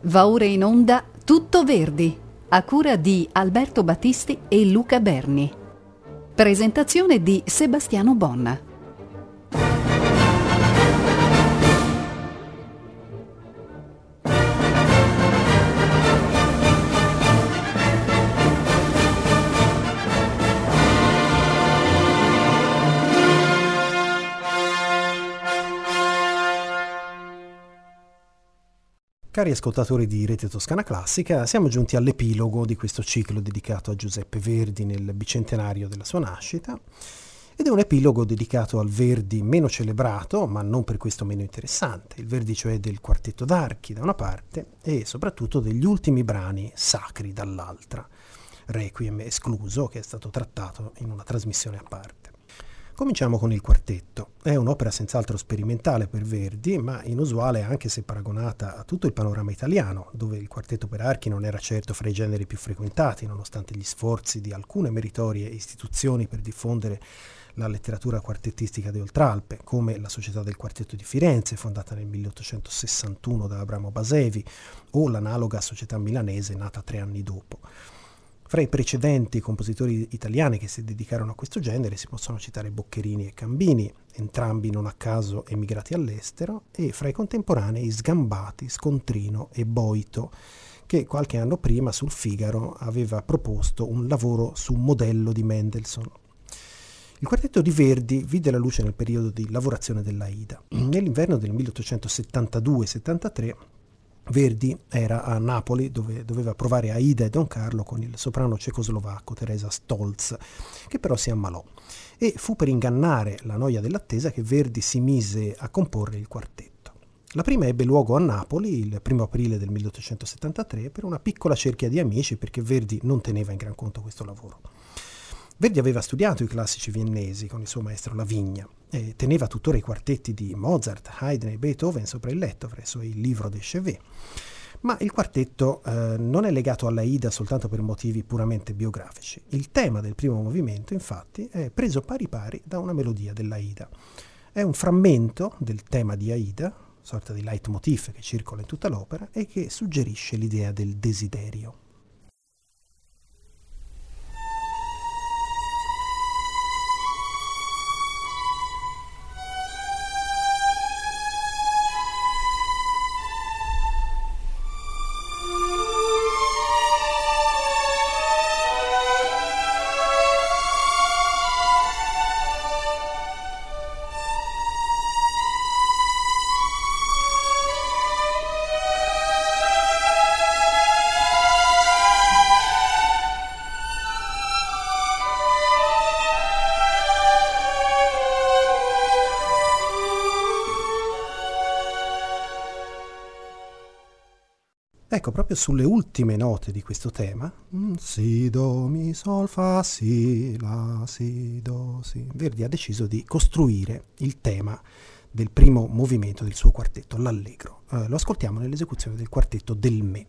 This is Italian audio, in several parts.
Va ora in onda Tutto Verdi, a cura di Alberto Battisti e Luca Berni. Presentazione di Sebastiano Bonna. Cari ascoltatori di Rete Toscana Classica, siamo giunti all'epilogo di questo ciclo dedicato a Giuseppe Verdi nel bicentenario della sua nascita, ed è un epilogo dedicato al Verdi meno celebrato, ma non per questo meno interessante, il Verdi cioè del quartetto d'archi da una parte e soprattutto degli ultimi brani sacri dall'altra, Requiem escluso, che è stato trattato in una trasmissione a parte. Cominciamo con il quartetto. È un'opera senz'altro sperimentale per Verdi, ma inusuale anche se paragonata a tutto il panorama italiano, dove il quartetto per archi non era certo fra i generi più frequentati, nonostante gli sforzi di alcune meritorie istituzioni per diffondere la letteratura quartettistica di Oltralpe, come la Società del Quartetto di Firenze, fondata nel 1861 da Abramo Basevi, o l'analoga Società Milanese, nata 3 anni dopo. Fra i precedenti compositori italiani che si dedicarono a questo genere si possono citare Boccherini e Cambini, entrambi non a caso emigrati all'estero, e fra i contemporanei Sgambati, Scontrino e Boito, che qualche anno prima sul Figaro aveva proposto un lavoro su un modello di Mendelssohn. Il quartetto di Verdi vide la luce nel periodo di lavorazione dell'Aida. Nell'inverno del 1872-73 Verdi era a Napoli, dove doveva provare Aida e Don Carlo con il soprano cecoslovacco Teresa Stolz, che però si ammalò, e fu per ingannare la noia dell'attesa che Verdi si mise a comporre il quartetto. La prima ebbe luogo a Napoli il 1 aprile del 1873 per una piccola cerchia di amici, perché Verdi non teneva in gran conto questo lavoro. Verdi aveva studiato i classici viennesi con il suo maestro Lavigna e teneva tuttora i quartetti di Mozart, Haydn e Beethoven sopra il letto fra i suoi livres de chevet. Ma il quartetto non è legato all'Aida soltanto per motivi puramente biografici. Il tema del primo movimento, infatti, è preso pari pari da una melodia dell'Aida. È un frammento del tema di Aida, sorta di leitmotiv che circola in tutta l'opera e che suggerisce l'idea del desiderio. Ecco, proprio sulle ultime note di questo tema, si, do, mi, sol, fa, si, la, si, do, si, Verdi ha deciso di costruire il tema del primo movimento del suo quartetto, l'Allegro. Lo ascoltiamo nell'esecuzione del quartetto del Me.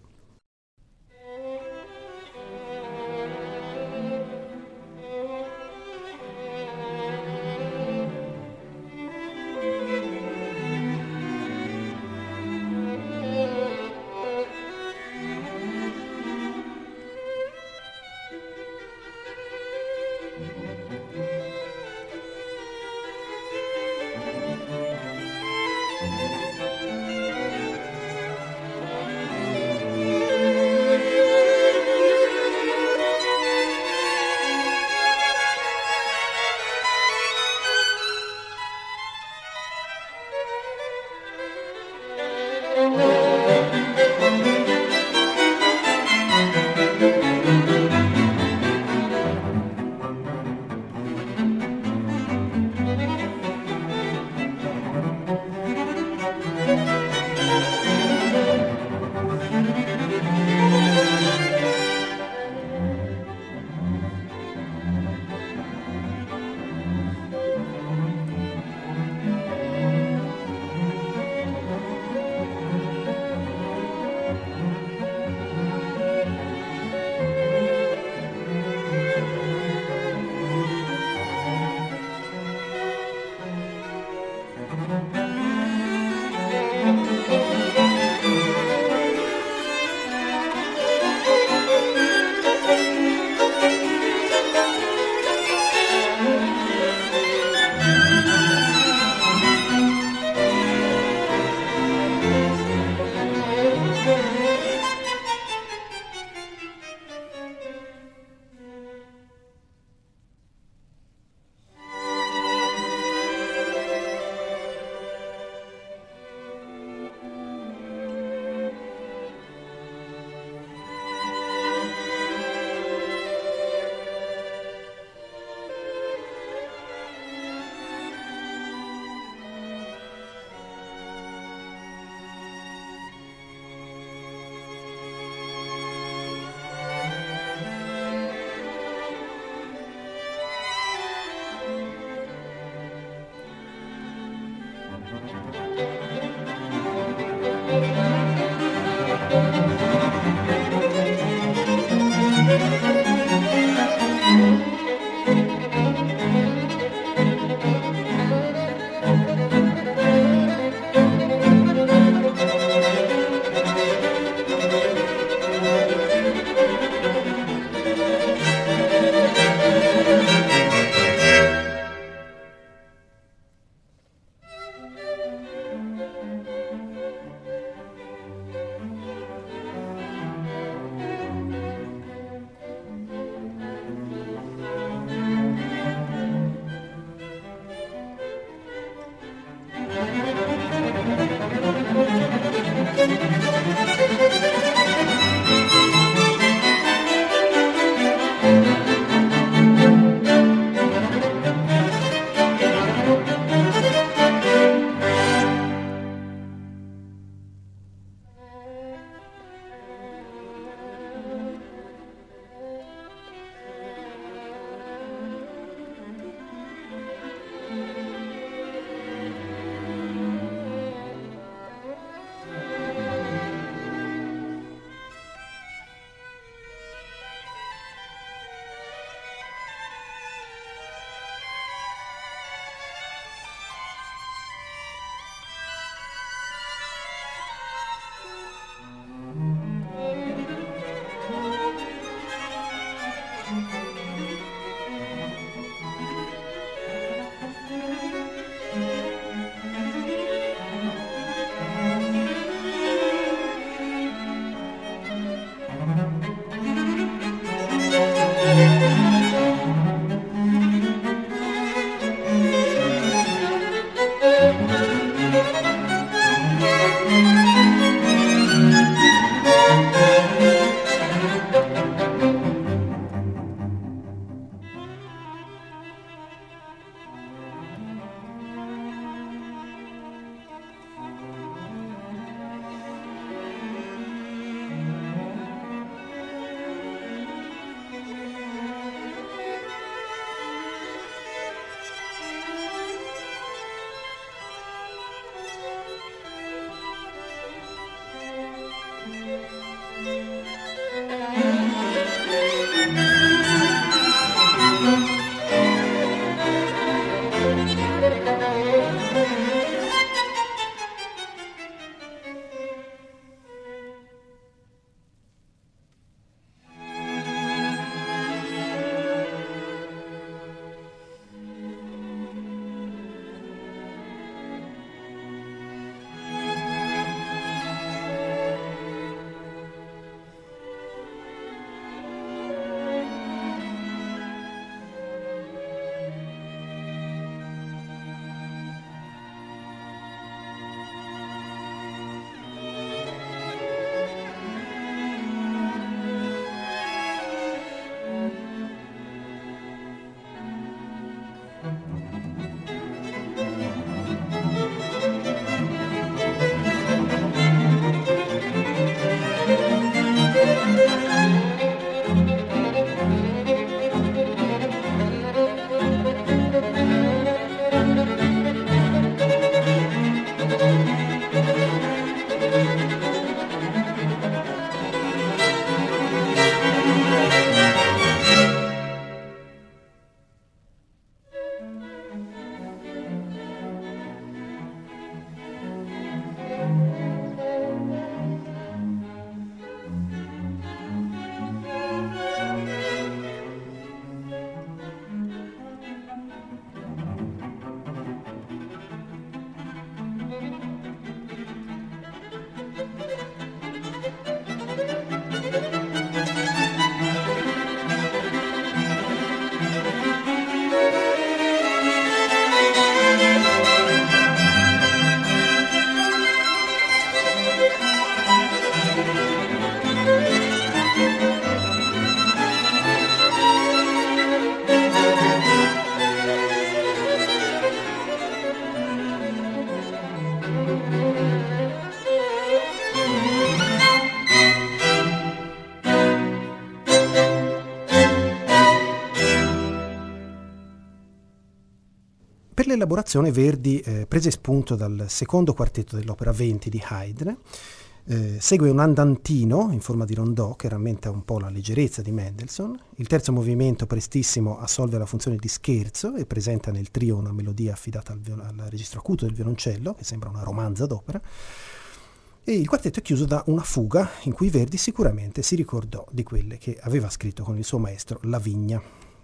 l'elaborazione Verdi prese spunto dal secondo quartetto dell'opera 20 di Haydn, segue un andantino in forma di rondò che rammenta un po' la leggerezza di Mendelssohn. Il terzo movimento, prestissimo, assolve la funzione di scherzo e presenta nel trio una melodia affidata al registro acuto del violoncello, che sembra una romanza d'opera. E il quartetto è chiuso da una fuga in cui Verdi sicuramente si ricordò di quelle che aveva scritto con il suo maestro Lavigna.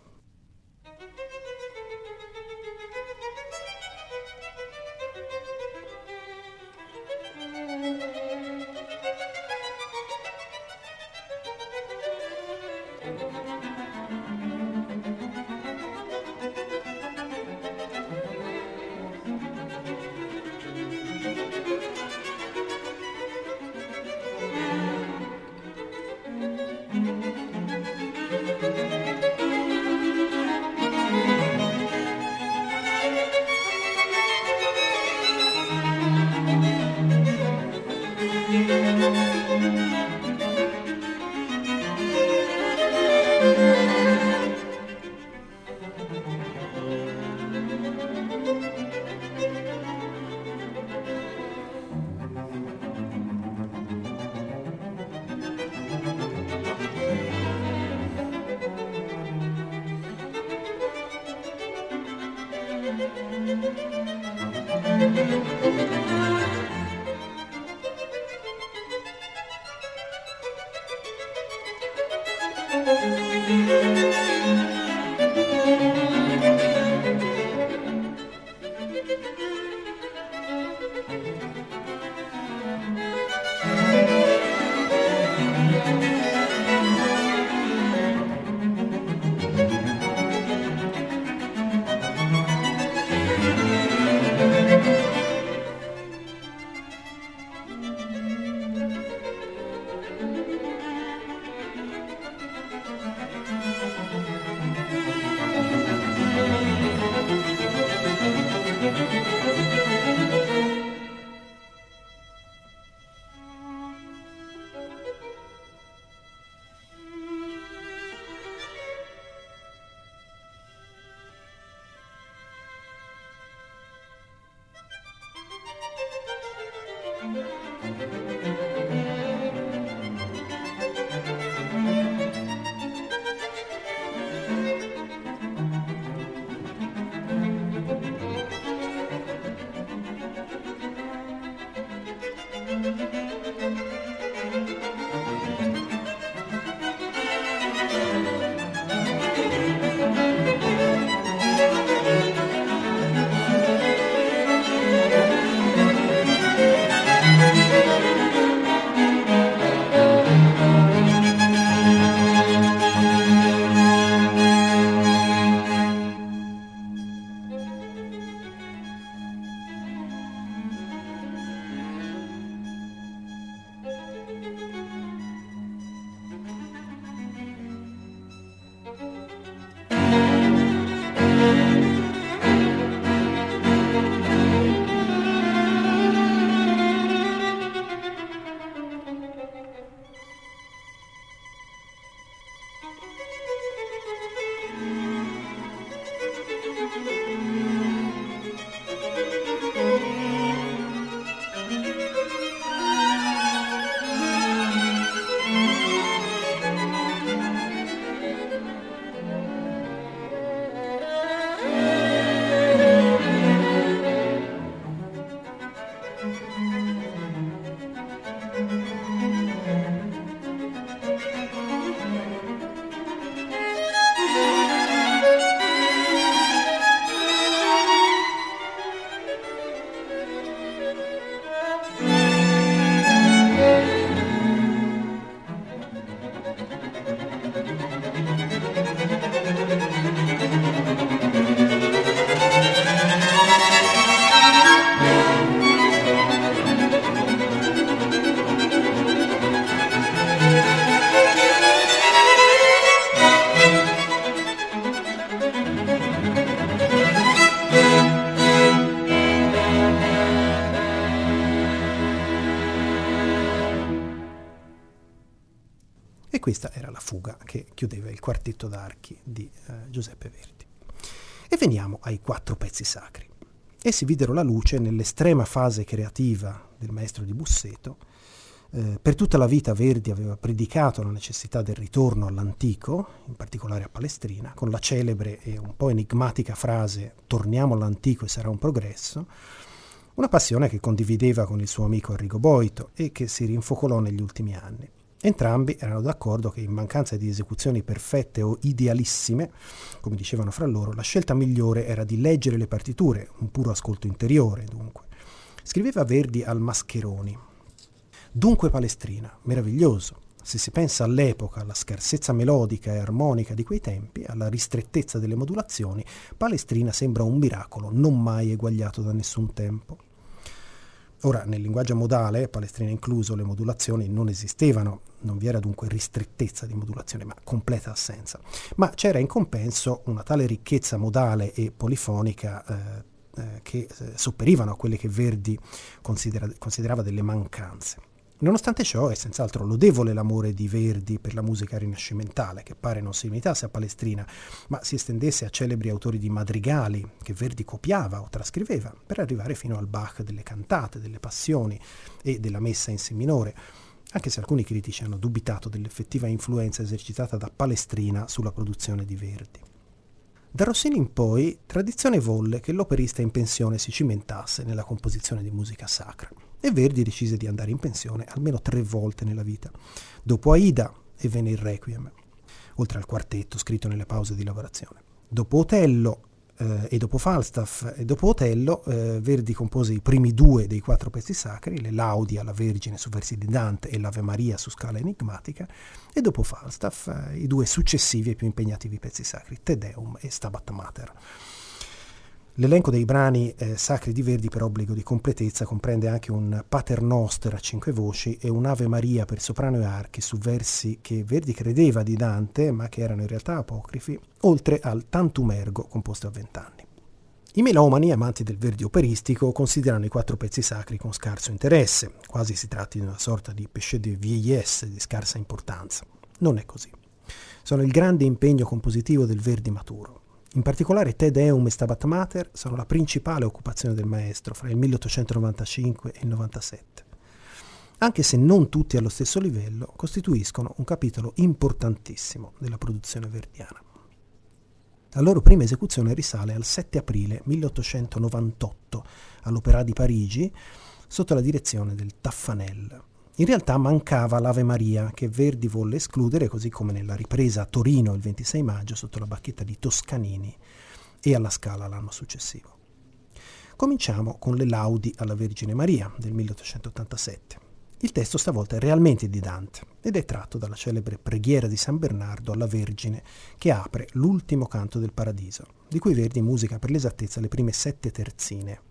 E questa era la fuga che chiudeva il quartetto d'archi di Giuseppe Verdi. E veniamo ai 4 pezzi sacri. Essi videro la luce nell'estrema fase creativa del maestro di Busseto. Per tutta la vita Verdi aveva predicato la necessità del ritorno all'antico, in particolare a Palestrina, con la celebre e un po' enigmatica frase «Torniamo all'antico e sarà un progresso», una passione che condivideva con il suo amico Arrigo Boito e che si rinfocolò negli ultimi anni. Entrambi erano d'accordo che in mancanza di esecuzioni perfette o idealissime, come dicevano fra loro, la scelta migliore era di leggere le partiture, un puro ascolto interiore dunque. Scriveva Verdi al Mascheroni: «Dunque Palestrina, meraviglioso. Se si pensa all'epoca, alla scarsezza melodica e armonica di quei tempi, alla ristrettezza delle modulazioni, Palestrina sembra un miracolo non mai eguagliato da nessun tempo». Ora, nel linguaggio modale, Palestrina incluso, le modulazioni non esistevano, non vi era dunque ristrettezza di modulazione, ma completa assenza. Ma c'era in compenso una tale ricchezza modale e polifonica che sopperivano a quelle che Verdi considerava delle mancanze. Nonostante ciò è senz'altro lodevole l'amore di Verdi per la musica rinascimentale, che pare non si limitasse a Palestrina, ma si estendesse a celebri autori di madrigali che Verdi copiava o trascriveva, per arrivare fino al Bach delle cantate, delle passioni e della messa in si minore, anche se alcuni critici hanno dubitato dell'effettiva influenza esercitata da Palestrina sulla produzione di Verdi. Da Rossini in poi, tradizione volle che l'operista in pensione si cimentasse nella composizione di musica sacra. E Verdi decise di andare in pensione almeno 3 volte nella vita. Dopo Aida e venne il Requiem, oltre al quartetto scritto nelle pause di lavorazione. Dopo Otello e dopo Falstaff e dopo Otello, Verdi compose i primi 2 dei 4 pezzi sacri, le Laudi alla Vergine su versi di Dante e l'Ave Maria su scala enigmatica, e dopo Falstaff i 2 successivi e più impegnativi pezzi sacri, Te Deum e Stabat Mater. L'elenco dei brani sacri di Verdi, per obbligo di completezza, comprende anche un Pater Noster a 5 voci e un Ave Maria per soprano e archi su versi che Verdi credeva di Dante, ma che erano in realtà apocrifi, oltre al Tantum Ergo composto a 20 anni. I melomani, amanti del Verdi operistico, considerano i 4 pezzi sacri con scarso interesse, quasi si tratti di una sorta di péché de vieillesse di scarsa importanza. Non è così. Sono il grande impegno compositivo del Verdi maturo. In particolare Te Deum e Stabat Mater sono la principale occupazione del maestro fra il 1895 e il 97. Anche se non tutti allo stesso livello, costituiscono un capitolo importantissimo della produzione verdiana. La loro prima esecuzione risale al 7 aprile 1898 all'Opéra di Parigi sotto la direzione del Taffanel. In realtà mancava l'Ave Maria, che Verdi volle escludere, così come nella ripresa a Torino il 26 maggio sotto la bacchetta di Toscanini e alla Scala l'anno successivo. Cominciamo con le Laudi alla Vergine Maria del 1887. Il testo stavolta è realmente di Dante ed è tratto dalla celebre Preghiera di San Bernardo alla Vergine, che apre l'ultimo canto del Paradiso, di cui Verdi musica per l'esattezza le prime 7 terzine.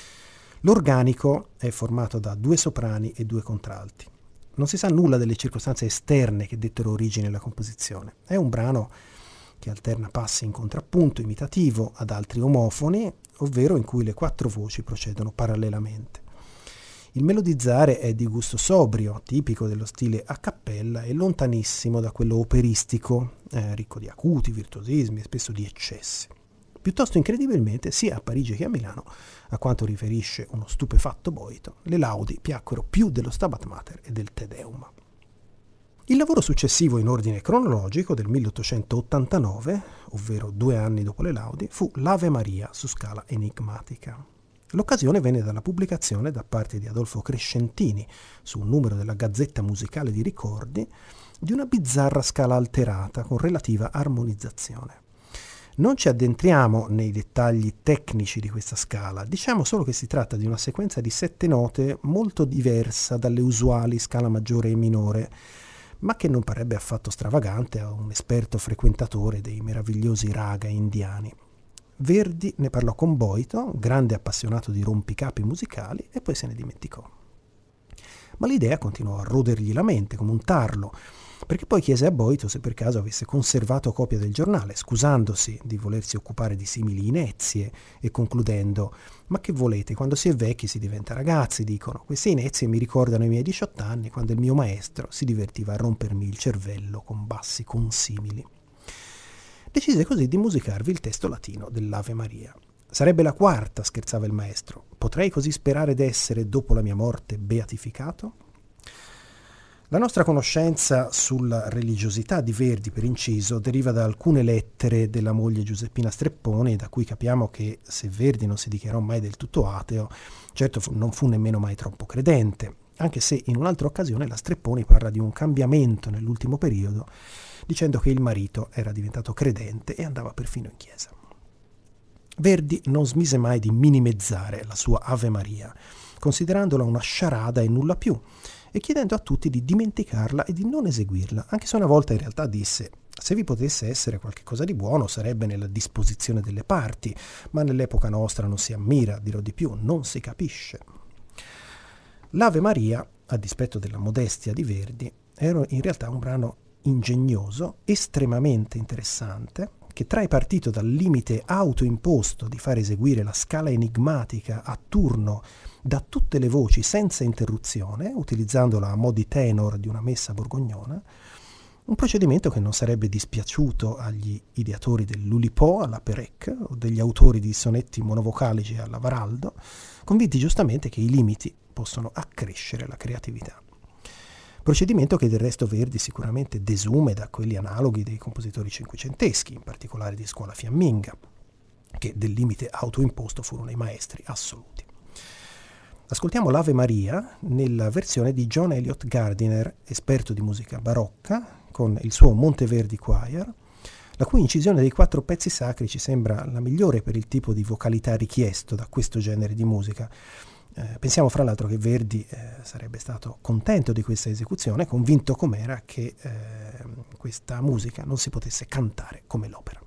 L'organico è formato da 2 soprani e 2 contralti. Non si sa nulla delle circostanze esterne che dettero origine alla composizione. È un brano che alterna passi in contrappunto imitativo ad altri omofoni, ovvero in cui le 4 voci procedono parallelamente. Il melodizzare è di gusto sobrio, tipico dello stile a cappella e lontanissimo da quello operistico, ricco di acuti, virtuosismi e spesso di eccessi. Piuttosto incredibilmente, sia a Parigi che a Milano, a quanto riferisce uno stupefatto Boito, le Laudi piacquero più dello Stabat Mater e del Te Deum. Il lavoro successivo in ordine cronologico del 1889, ovvero 2 anni dopo le Laudi, fu l'Ave Maria su scala enigmatica. L'occasione venne dalla pubblicazione da parte di Adolfo Crescentini, su un numero della Gazzetta Musicale di Ricordi, di una bizzarra scala alterata con relativa armonizzazione. Non ci addentriamo nei dettagli tecnici di questa scala, diciamo solo che si tratta di una sequenza di 7 note molto diversa dalle usuali scala maggiore e minore, ma che non parebbe affatto stravagante a un esperto frequentatore dei meravigliosi raga indiani. Verdi ne parlò con Boito, grande appassionato di rompicapi musicali, e poi se ne dimenticò. Ma l'idea continuò a rodergli la mente come un tarlo, perché poi chiese a Boito se per caso avesse conservato copia del giornale, scusandosi di volersi occupare di simili inezie e concludendo: «Ma che volete, quando si è vecchi si diventa ragazzi, dicono. Queste inezie mi ricordano i miei 18 anni, quando il mio maestro si divertiva a rompermi il cervello con bassi consimili». Decise così di musicarvi il testo latino dell'Ave Maria. Sarebbe la quarta, scherzava il maestro. Potrei così sperare d'essere, dopo la mia morte, beatificato? La nostra conoscenza sulla religiosità di Verdi, per inciso, deriva da alcune lettere della moglie Giuseppina Strepponi, da cui capiamo che se Verdi non si dichiarò mai del tutto ateo, certo non fu nemmeno mai troppo credente, anche se in un'altra occasione la Strepponi parla di un cambiamento nell'ultimo periodo, dicendo che il marito era diventato credente e andava perfino in chiesa. Verdi non smise mai di minimizzare la sua Ave Maria, considerandola una sciarada e nulla più, e chiedendo a tutti di dimenticarla e di non eseguirla, anche se una volta in realtà disse: se vi potesse essere qualche cosa di buono sarebbe nella disposizione delle parti, ma nell'epoca nostra non si ammira, dirò di più, non si capisce. L'Ave Maria, a dispetto della modestia di Verdi, era in realtà un brano ingegnoso, estremamente interessante, che trae partito dal limite autoimposto di far eseguire la scala enigmatica a turno da tutte le voci senza interruzione, utilizzandola a mo' di tenor di una messa borgognona, un procedimento che non sarebbe dispiaciuto agli ideatori dell'Oulipo alla Perec o degli autori di sonetti monovocalici alla Varaldo, convinti giustamente che i limiti possono accrescere la creatività. Procedimento che del resto Verdi sicuramente desume da quelli analoghi dei compositori cinquecenteschi, in particolare di scuola fiamminga, che del limite autoimposto furono i maestri assoluti. Ascoltiamo l'Ave Maria nella versione di John Eliot Gardiner, esperto di musica barocca, con il suo Monteverdi Choir, la cui incisione dei 4 pezzi sacri ci sembra la migliore per il tipo di vocalità richiesto da questo genere di musica. Pensiamo fra l'altro che Verdi sarebbe stato contento di questa esecuzione, convinto com'era che questa musica non si potesse cantare come l'opera.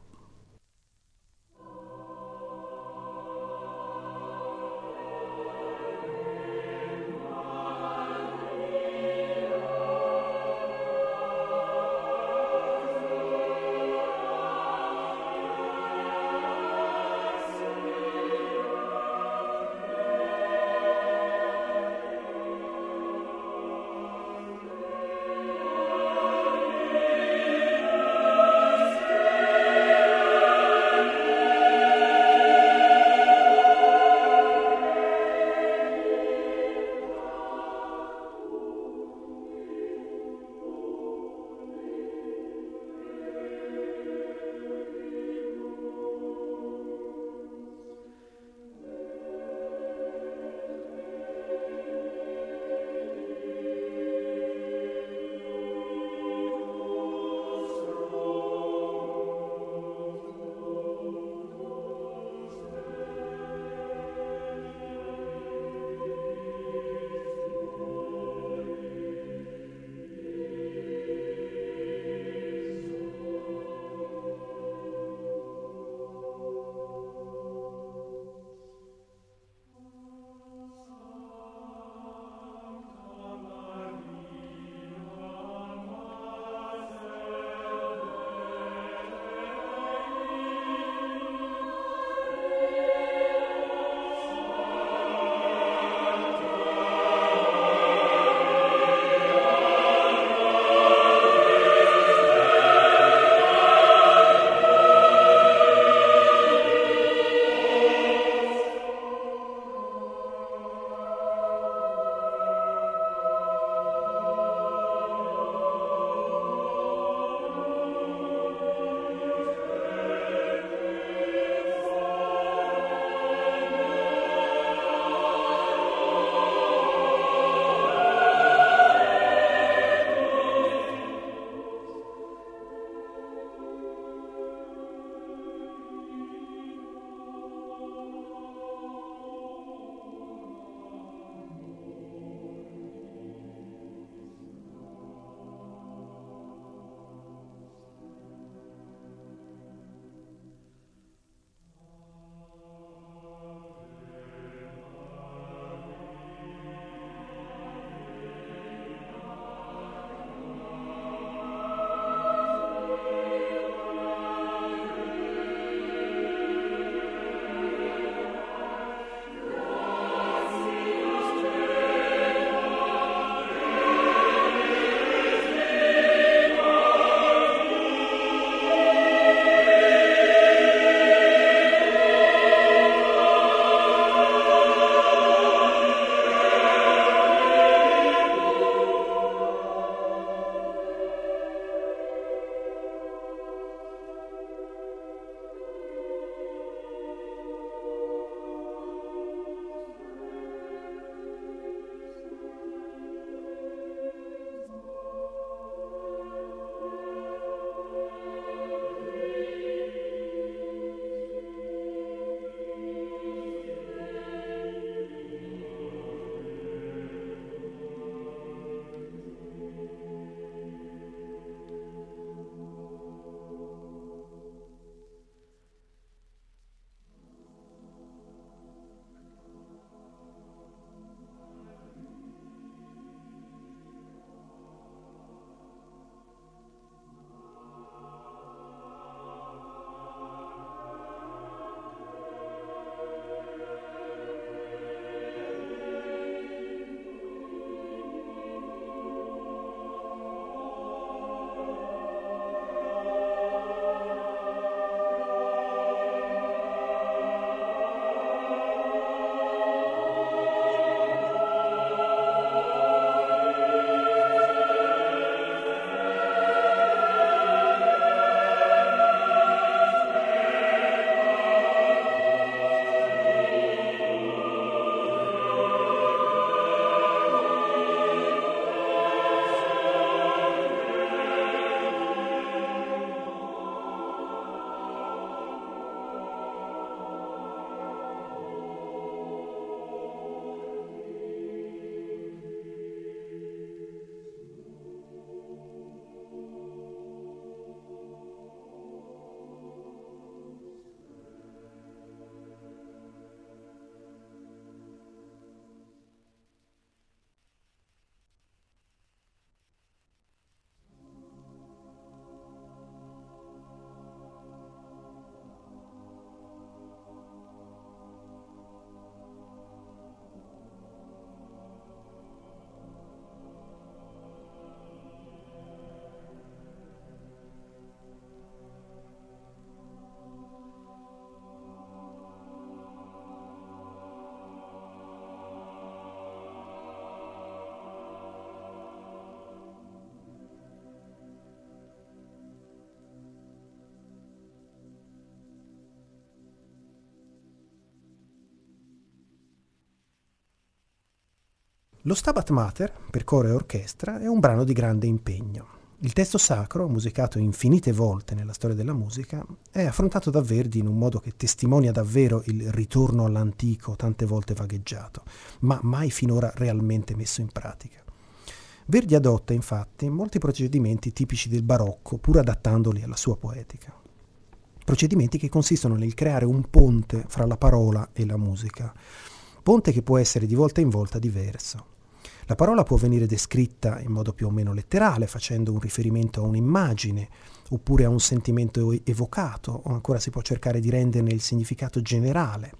Lo Stabat Mater, per coro e orchestra, è un brano di grande impegno. Il testo sacro, musicato infinite volte nella storia della musica, è affrontato da Verdi in un modo che testimonia davvero il ritorno all'antico tante volte vagheggiato, ma mai finora realmente messo in pratica. Verdi adotta infatti molti procedimenti tipici del barocco, pur adattandoli alla sua poetica. Procedimenti che consistono nel creare un ponte fra la parola e la musica, ponte che può essere di volta in volta diverso. La parola può venire descritta in modo più o meno letterale, facendo un riferimento a un'immagine, oppure a un sentimento evocato, o ancora si può cercare di renderne il significato generale.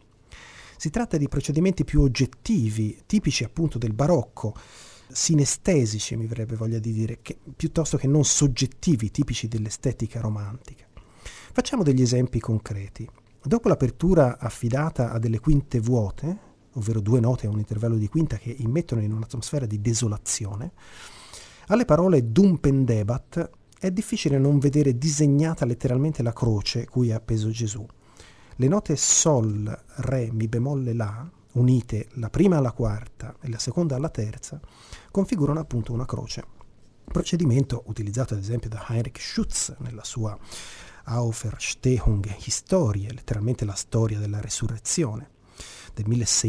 Si tratta di procedimenti più oggettivi, tipici appunto del barocco, sinestesici mi verrebbe voglia di dire, piuttosto che non soggettivi, tipici dell'estetica romantica. Facciamo degli esempi concreti. Dopo l'apertura affidata a delle quinte vuote, ovvero due note a un intervallo di quinta che immettono in un'atmosfera di desolazione, alle parole Dum pendebat è difficile non vedere disegnata letteralmente la croce cui è appeso Gesù. Le note Sol, Re, Mi bemolle La, unite la prima alla quarta e la seconda alla terza, configurano appunto una croce. Procedimento utilizzato ad esempio da Heinrich Schütz nella sua Auferstehung Historie, letteralmente la storia della resurrezione, del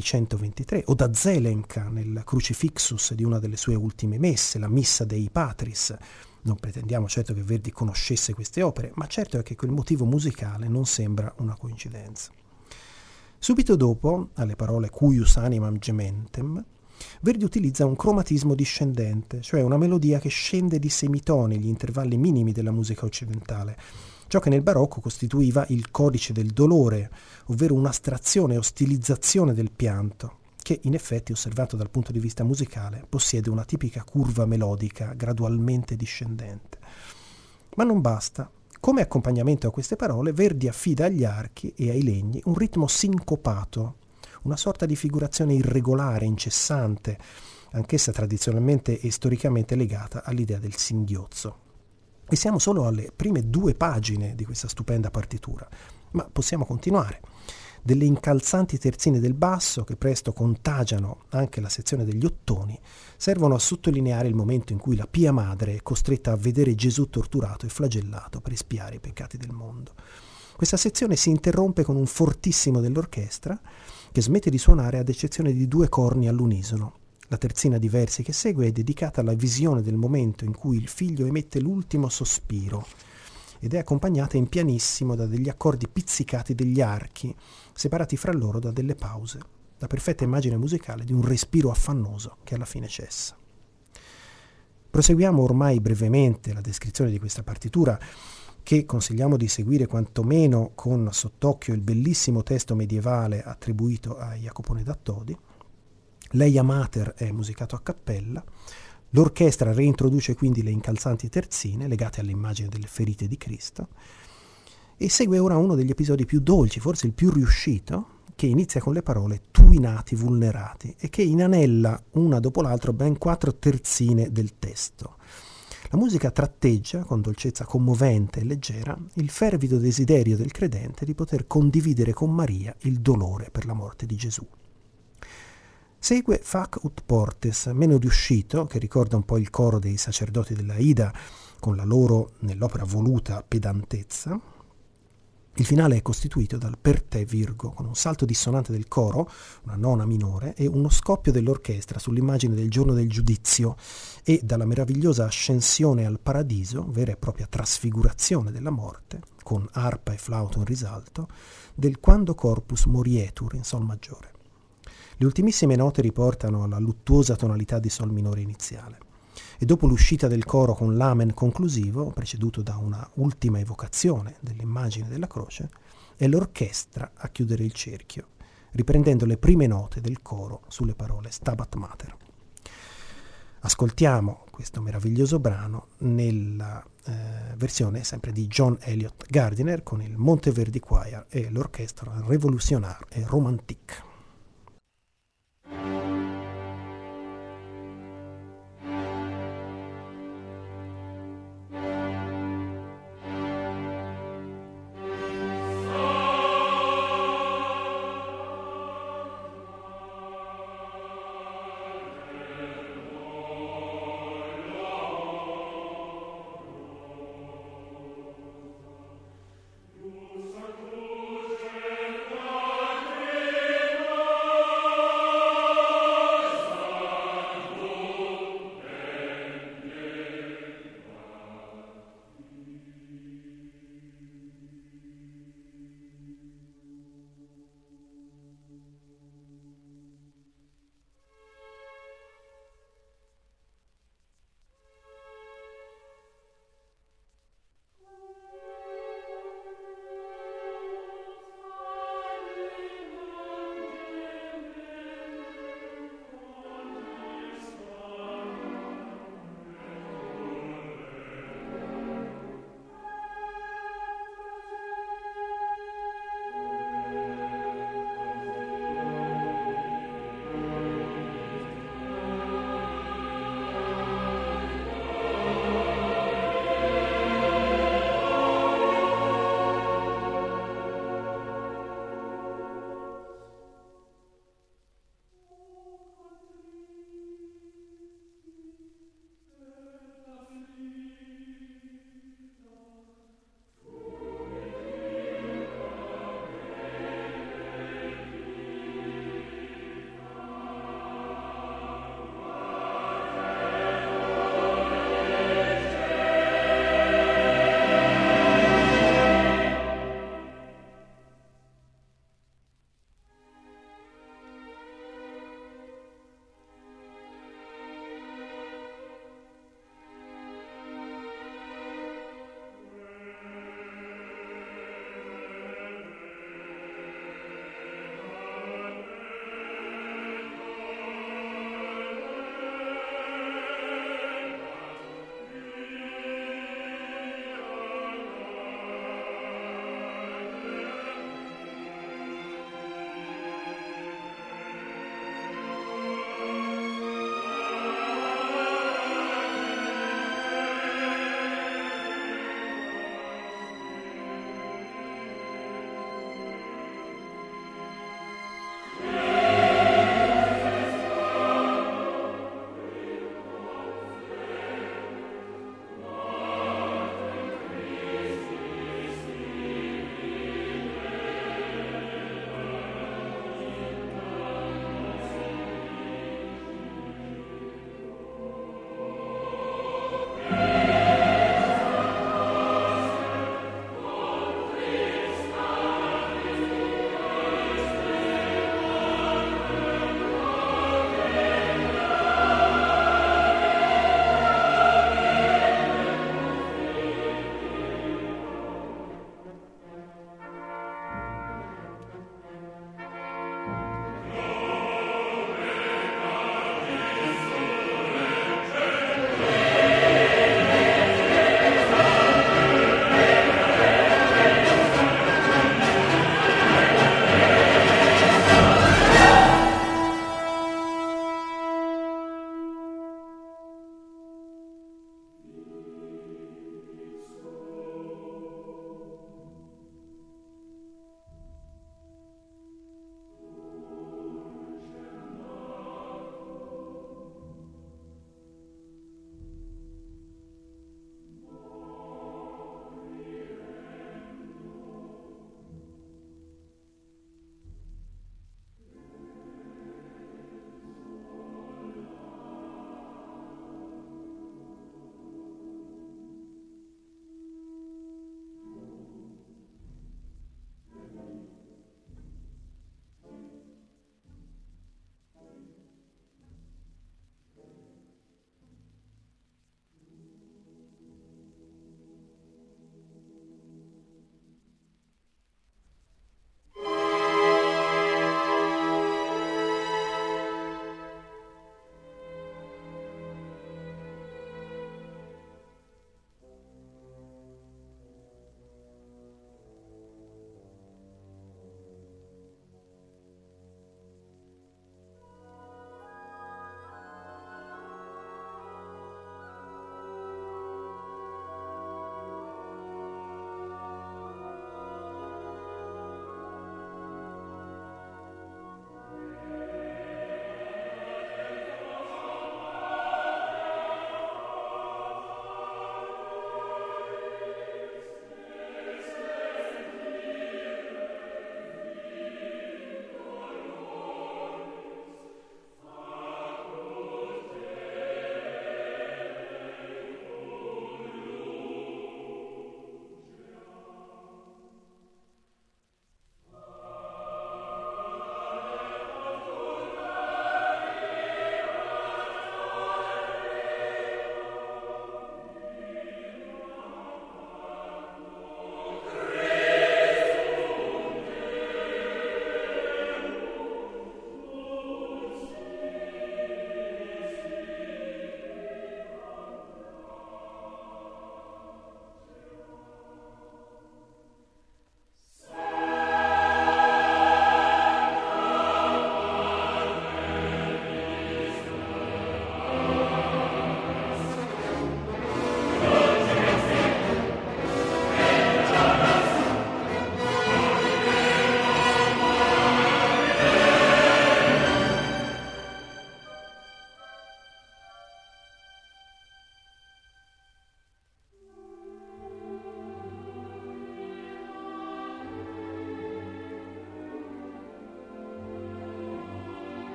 1623, o da Zelenka nel Crucifixus di una delle sue ultime messe, la Missa dei Patris. Non pretendiamo certo che Verdi conoscesse queste opere, ma certo è che quel motivo musicale non sembra una coincidenza. Subito dopo, alle parole Cuius animam gementem, Verdi utilizza un cromatismo discendente, cioè una melodia che scende di semitoni, gli intervalli minimi della musica occidentale, ciò che nel barocco costituiva il codice del dolore, ovvero un'astrazione o stilizzazione del pianto, che in effetti, osservato dal punto di vista musicale, possiede una tipica curva melodica gradualmente discendente. Ma non basta. Come accompagnamento a queste parole, Verdi affida agli archi e ai legni un ritmo sincopato, una sorta di figurazione irregolare, incessante, anch'essa tradizionalmente e storicamente legata all'idea del singhiozzo. E siamo solo alle prime 2 pagine di questa stupenda partitura, ma possiamo continuare. Delle incalzanti terzine del basso, che presto contagiano anche la sezione degli ottoni, servono a sottolineare il momento in cui la Pia Madre è costretta a vedere Gesù torturato e flagellato per espiare i peccati del mondo. Questa sezione si interrompe con un fortissimo dell'orchestra, che smette di suonare ad eccezione di 2 corni all'unisono. La terzina di versi che segue è dedicata alla visione del momento in cui il figlio emette l'ultimo sospiro ed è accompagnata in pianissimo da degli accordi pizzicati degli archi, separati fra loro da delle pause, la perfetta immagine musicale di un respiro affannoso che alla fine cessa. Proseguiamo ormai brevemente la descrizione di questa partitura, che consigliamo di seguire quantomeno con sott'occhio il bellissimo testo medievale attribuito a Jacopone da Todi. L'Eia Mater è musicato a cappella, l'orchestra reintroduce quindi le incalzanti terzine legate all'immagine delle ferite di Cristo e segue ora uno degli episodi più dolci, forse il più riuscito, che inizia con le parole tui nati vulnerati e che inanella una dopo l'altra ben 4 terzine del testo. La musica tratteggia, con dolcezza commovente e leggera, il fervido desiderio del credente di poter condividere con Maria il dolore per la morte di Gesù. Segue Fac ut Portes, meno riuscito, che ricorda un po' il coro dei sacerdoti dell'Aida, con la loro, nell'opera voluta, pedantezza. Il finale è costituito dal Per te Virgo, con un salto dissonante del coro, una nona minore, e uno scoppio dell'orchestra sull'immagine del giorno del giudizio e dalla meravigliosa ascensione al paradiso, vera e propria trasfigurazione della morte, con arpa e flauto in risalto, del Quando Corpus Morietur in Sol maggiore. Le ultimissime note riportano alla luttuosa tonalità di Sol minore iniziale. E dopo l'uscita del coro con l'amen conclusivo, preceduto da una ultima evocazione dell'immagine della croce, è l'orchestra a chiudere il cerchio, riprendendo le prime note del coro sulle parole Stabat Mater. Ascoltiamo questo meraviglioso brano nella versione sempre di John Eliot Gardiner con il Monteverdi Choir e l'orchestra Révolutionnaire et Romantique.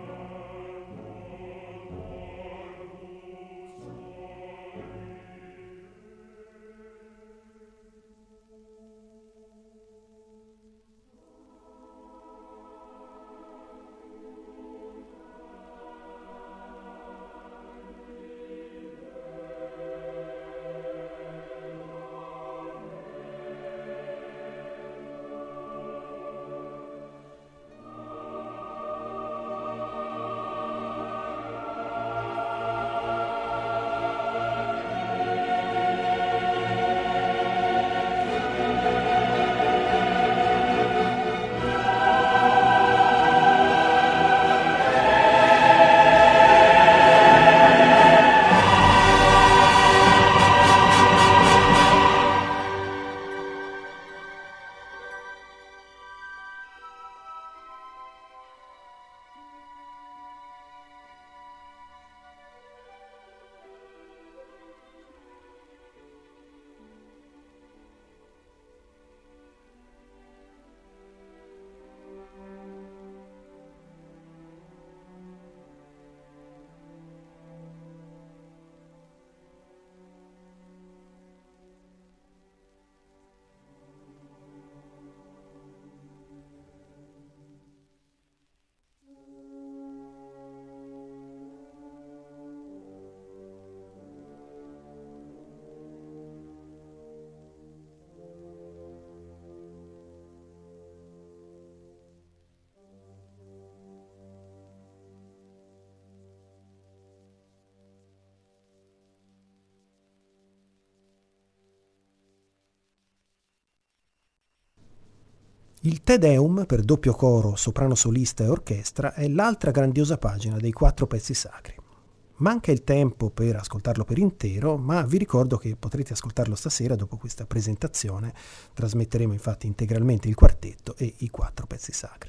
Il Te Deum per doppio coro, soprano solista e orchestra è l'altra grandiosa pagina dei 4 pezzi sacri. Manca il tempo per ascoltarlo per intero, ma vi ricordo che potrete ascoltarlo stasera dopo questa presentazione. Trasmetteremo infatti integralmente il quartetto e i 4 pezzi sacri.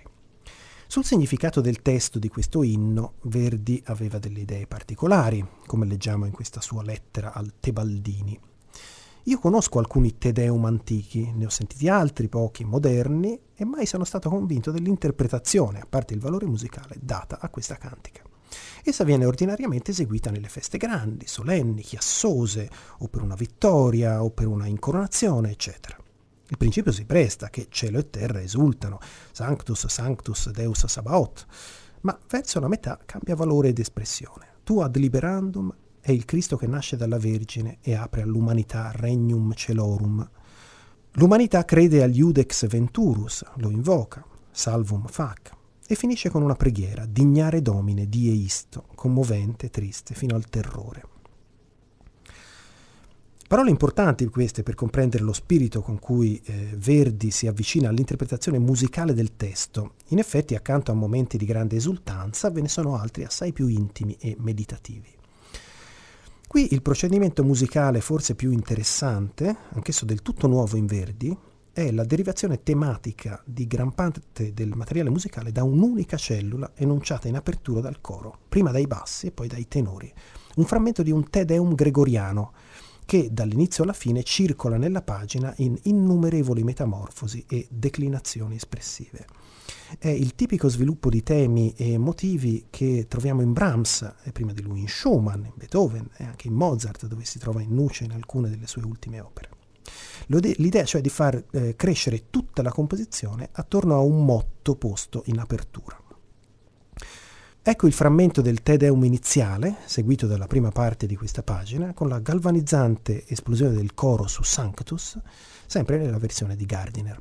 Sul significato del testo di questo inno, Verdi aveva delle idee particolari, come leggiamo in questa sua lettera al Tebaldini. Io conosco alcuni Te Deum antichi, ne ho sentiti altri, pochi moderni, e mai sono stato convinto dell'interpretazione, a parte il valore musicale, data a questa cantica. Essa viene ordinariamente eseguita nelle feste grandi, solenni, chiassose, o per una vittoria, o per una incoronazione, eccetera. Il principio si presta, che cielo e terra esultano, Sanctus, Sanctus, Deus Sabaoth, ma verso la metà cambia valore ed espressione. Tu ad liberandum è il Cristo che nasce dalla Vergine e apre all'umanità regnum celorum. L'umanità crede agli Iudex Venturus, lo invoca, salvum fac, e finisce con una preghiera, dignare Domine, die isto, commovente, triste, fino al terrore. Parole importanti queste per comprendere lo spirito con cui Verdi si avvicina all'interpretazione musicale del testo. In effetti, accanto a momenti di grande esultanza, ve ne sono altri assai più intimi e meditativi. Qui il procedimento musicale forse più interessante, anch'esso del tutto nuovo in Verdi, è la derivazione tematica di gran parte del materiale musicale da un'unica cellula enunciata in apertura dal coro, prima dai bassi e poi dai tenori. Un frammento di un Te Deum gregoriano che dall'inizio alla fine circola nella pagina in innumerevoli metamorfosi e declinazioni espressive. È il tipico sviluppo di temi e motivi che troviamo in Brahms, e prima di lui in Schumann, in Beethoven e anche in Mozart, dove si trova in nuce in alcune delle sue ultime opere. L'idea cioè di far crescere tutta la composizione attorno a un motto posto in apertura. Ecco il frammento del Te Deum iniziale, seguito dalla prima parte di questa pagina, con la galvanizzante esplosione del coro su Sanctus, sempre nella versione di Gardiner.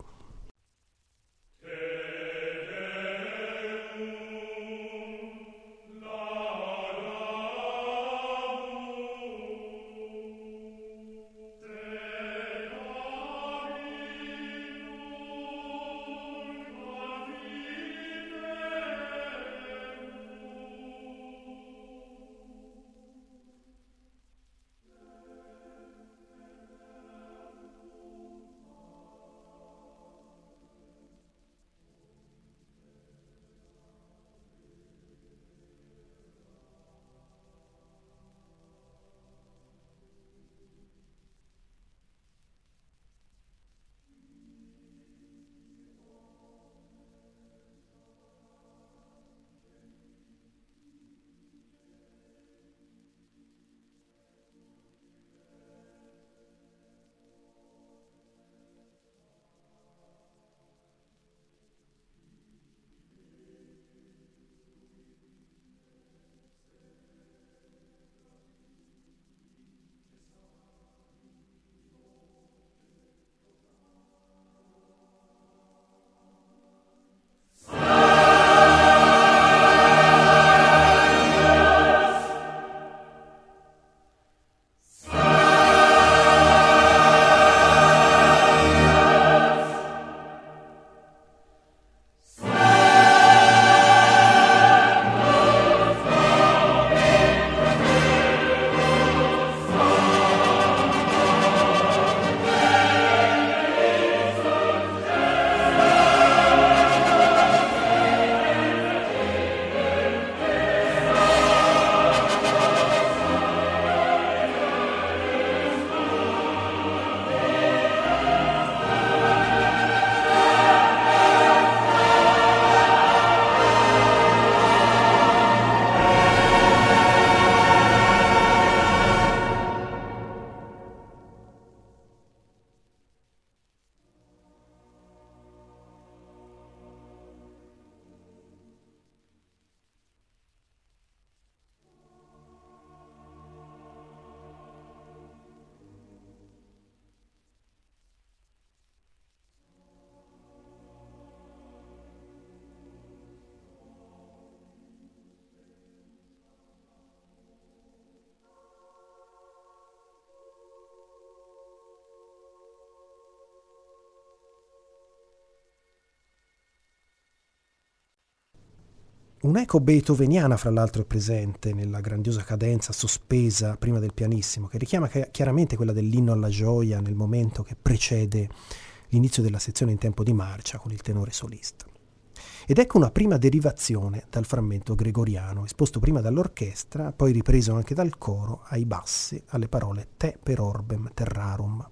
Un'eco beethoveniana, fra l'altro, è presente nella grandiosa cadenza sospesa prima del pianissimo, che richiama chiaramente quella dell'inno alla gioia nel momento che precede l'inizio della sezione in tempo di marcia con il tenore solista. Ed ecco una prima derivazione dal frammento gregoriano, esposto prima dall'orchestra, poi ripreso anche dal coro, ai bassi, alle parole Te per orbem terrarum.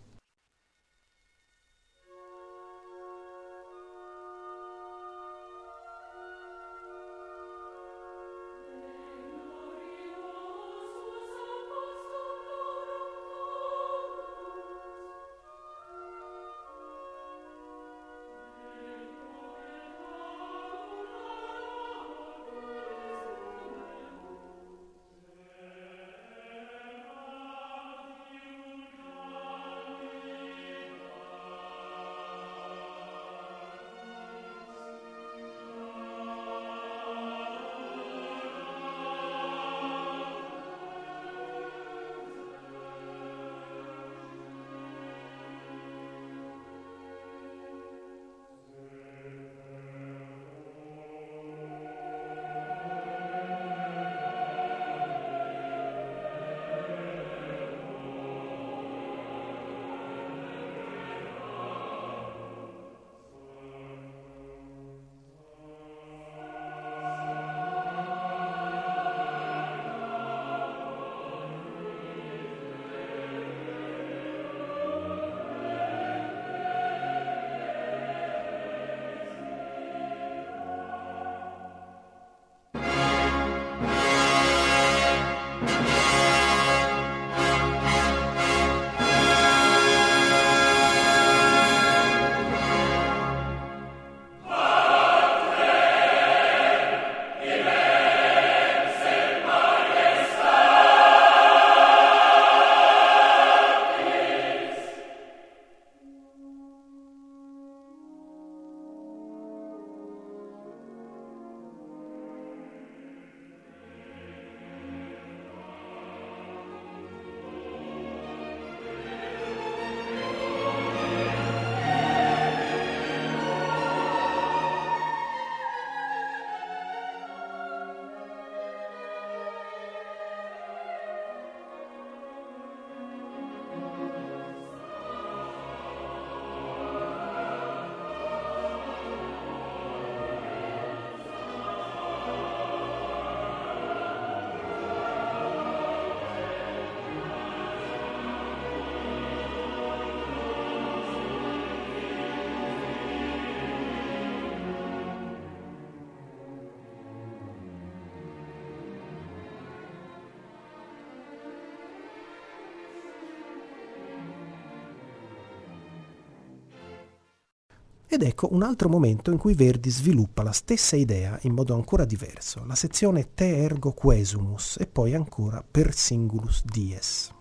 Ed ecco un altro momento in cui Verdi sviluppa la stessa idea in modo ancora diverso, la sezione Te ergo quesumus e poi ancora Per singulus dies.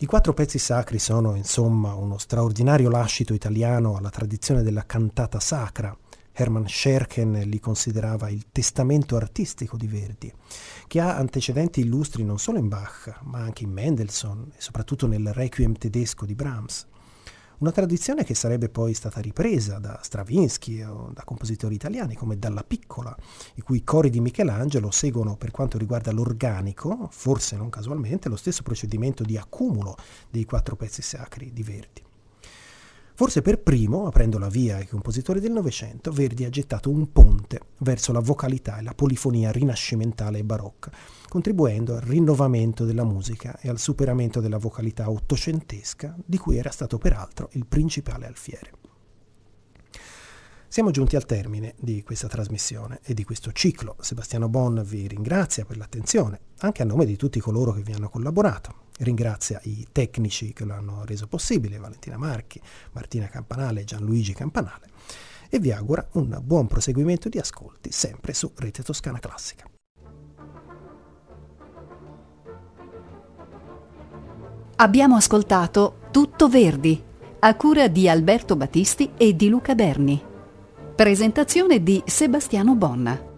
I quattro pezzi sacri sono, insomma, uno straordinario lascito italiano alla tradizione della cantata sacra. Hermann Scherchen li considerava il testamento artistico di Verdi, che ha antecedenti illustri non solo in Bach, ma anche in Mendelssohn e soprattutto nel Requiem tedesco di Brahms. Una tradizione che sarebbe poi stata ripresa da Stravinsky o da compositori italiani come Dalla Piccola, i cui cori di Michelangelo seguono, per quanto riguarda l'organico, forse non casualmente, lo stesso procedimento di accumulo dei quattro pezzi sacri di Verdi. Forse per primo, aprendo la via ai compositori del Novecento, Verdi ha gettato un ponte verso la vocalità e la polifonia rinascimentale e barocca, contribuendo al rinnovamento della musica e al superamento della vocalità ottocentesca, di cui era stato peraltro il principale alfiere. Siamo giunti al termine di questa trasmissione e di questo ciclo. Sebastiano Bon vi ringrazia per l'attenzione, anche a nome di tutti coloro che vi hanno collaborato. Ringrazia i tecnici che lo hanno reso possibile, Valentina Marchi, Martina Campanale e Gianluigi Campanale, e vi augura un buon proseguimento di ascolti sempre su Rete Toscana Classica. Abbiamo ascoltato Tutto Verdi, a cura di Alberto Battisti e di Luca Berni. Presentazione di Sebastiano Bonna.